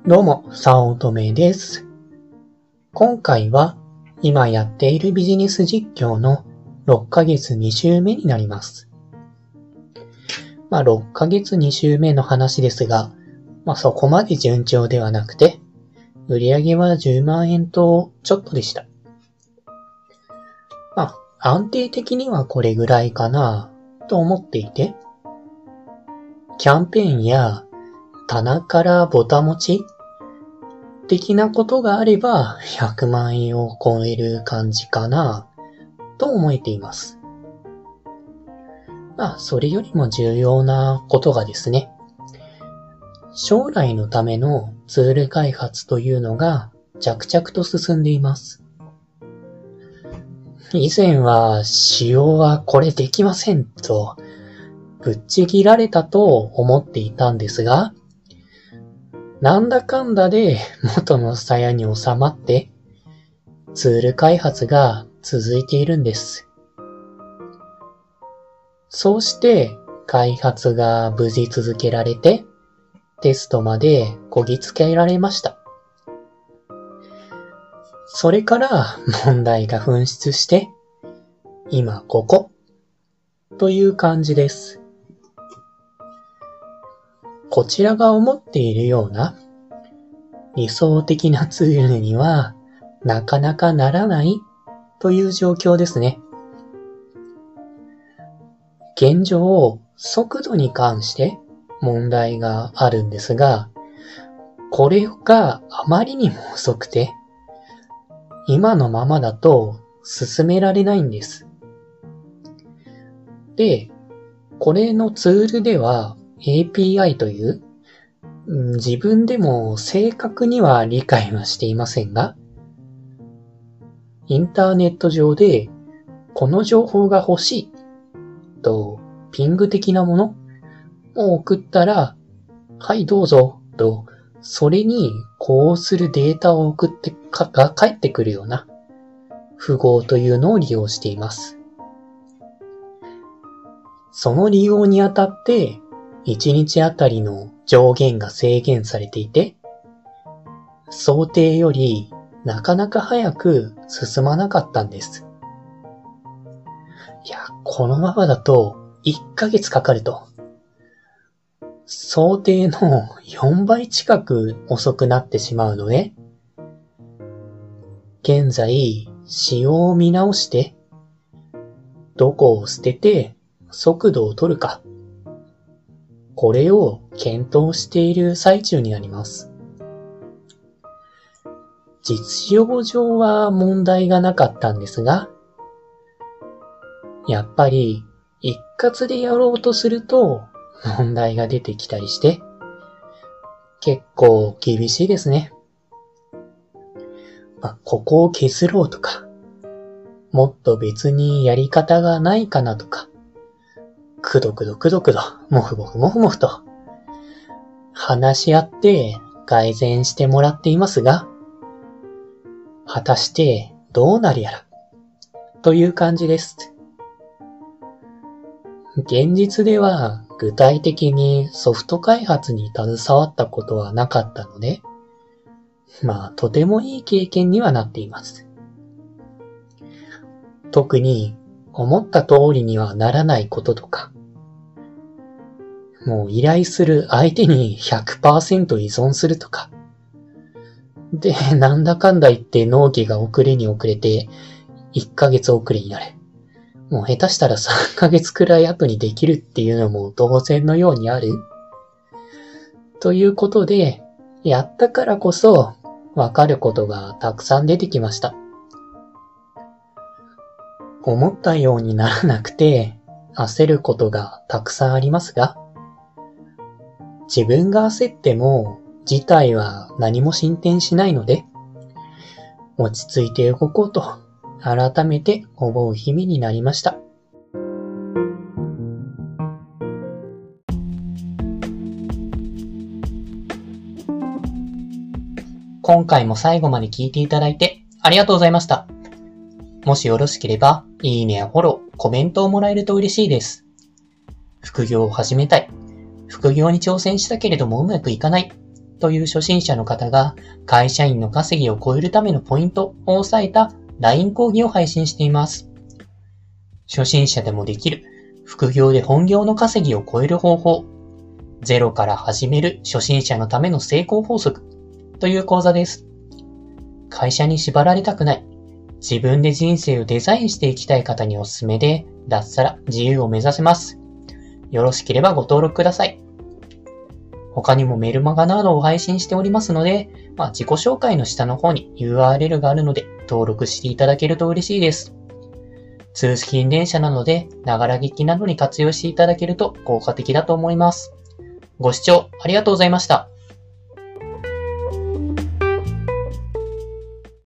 どうも、早乙女です。今回は今やっているビジネス実況の6ヶ月2週目になります。6ヶ月2週目の話ですが、そこまで順調ではなくて、売上は10万円とちょっとでした。安定的にはこれぐらいかなと思っていて、キャンペーンや棚からボタ持ち的なことがあれば100万円を超える感じかなと思えています。それよりも重要なことがですね、将来のためのツール開発というのが着々と進んでいます。以前は仕様はこれできませんとぶっちぎられたと思っていたんですが、なんだかんだで元の鞘に収まってツール開発が続いているんです。そうして開発が無事続けられてテストまでこぎつけられました。それから問題が噴出して今ここという感じです。こちらが思っているような理想的なツールにはなかなかならないという状況ですね。現状、速度に関して問題があるんですが、これがあまりにも遅くて、今のままだと進められないんです。で、これのツールでは API という自分でも正確には理解はしていませんが、インターネット上でこの情報が欲しいとピング的なものを送ったら、はいどうぞとそれに呼応するデータを送ってが返ってくるような符号というのを利用しています。その利用にあたって1日あたりの上限が制限されていて、想定よりなかなか早く進まなかったんです。このままだと1ヶ月かかると。想定の4倍近く遅くなってしまうので、現在仕様を見直して、どこを捨てて速度を取るか。これを検討している最中になります。実用上は問題がなかったんですが、やっぱり一括でやろうとすると問題が出てきたりして、結構厳しいですね。ここを削ろうとか、もっと別にやり方がないかなとか、くどくど、もふもふと話し合って改善してもらっていますが、果たしてどうなるやらという感じです。現実では具体的にソフト開発に携わったことはなかったので、とてもいい経験にはなっています。特に思った通りにはならないこととか、もう依頼する相手に 100% 依存するとか。で、なんだかんだ言って納期が遅れに遅れて1ヶ月遅れになる。もう下手したら3ヶ月くらい後にできるっていうのも当然のようにある。ということで、やったからこそわかることがたくさん出てきました。思ったようにならなくて焦ることがたくさんありますが、自分が焦っても事態は何も進展しないので、落ち着いて動こうと改めて思う日々になりました。今回も最後まで聞いていただいてありがとうございました。もしよろしければ、いいねやフォロー、コメントをもらえると嬉しいです。副業を始めたい。副業に挑戦したけれどもうまくいかない。 という初心者の方が会社員の稼ぎを超えるためのポイントを押さえた LINE 講義を配信しています。初心者でもできる副業で本業の稼ぎを超える方法、ゼロから始める初心者のための成功法則という講座です。会社に縛られたくない、自分で人生をデザインしていきたい方におすすめで、脱サラ自由を目指せます。よろしければご登録ください。他にもメルマガなどを配信しておりますので、自己紹介の下の方に URL があるので登録していただけると嬉しいです。通勤電車なので、ながら聞きなどに活用していただけると効果的だと思います。ご視聴ありがとうございました。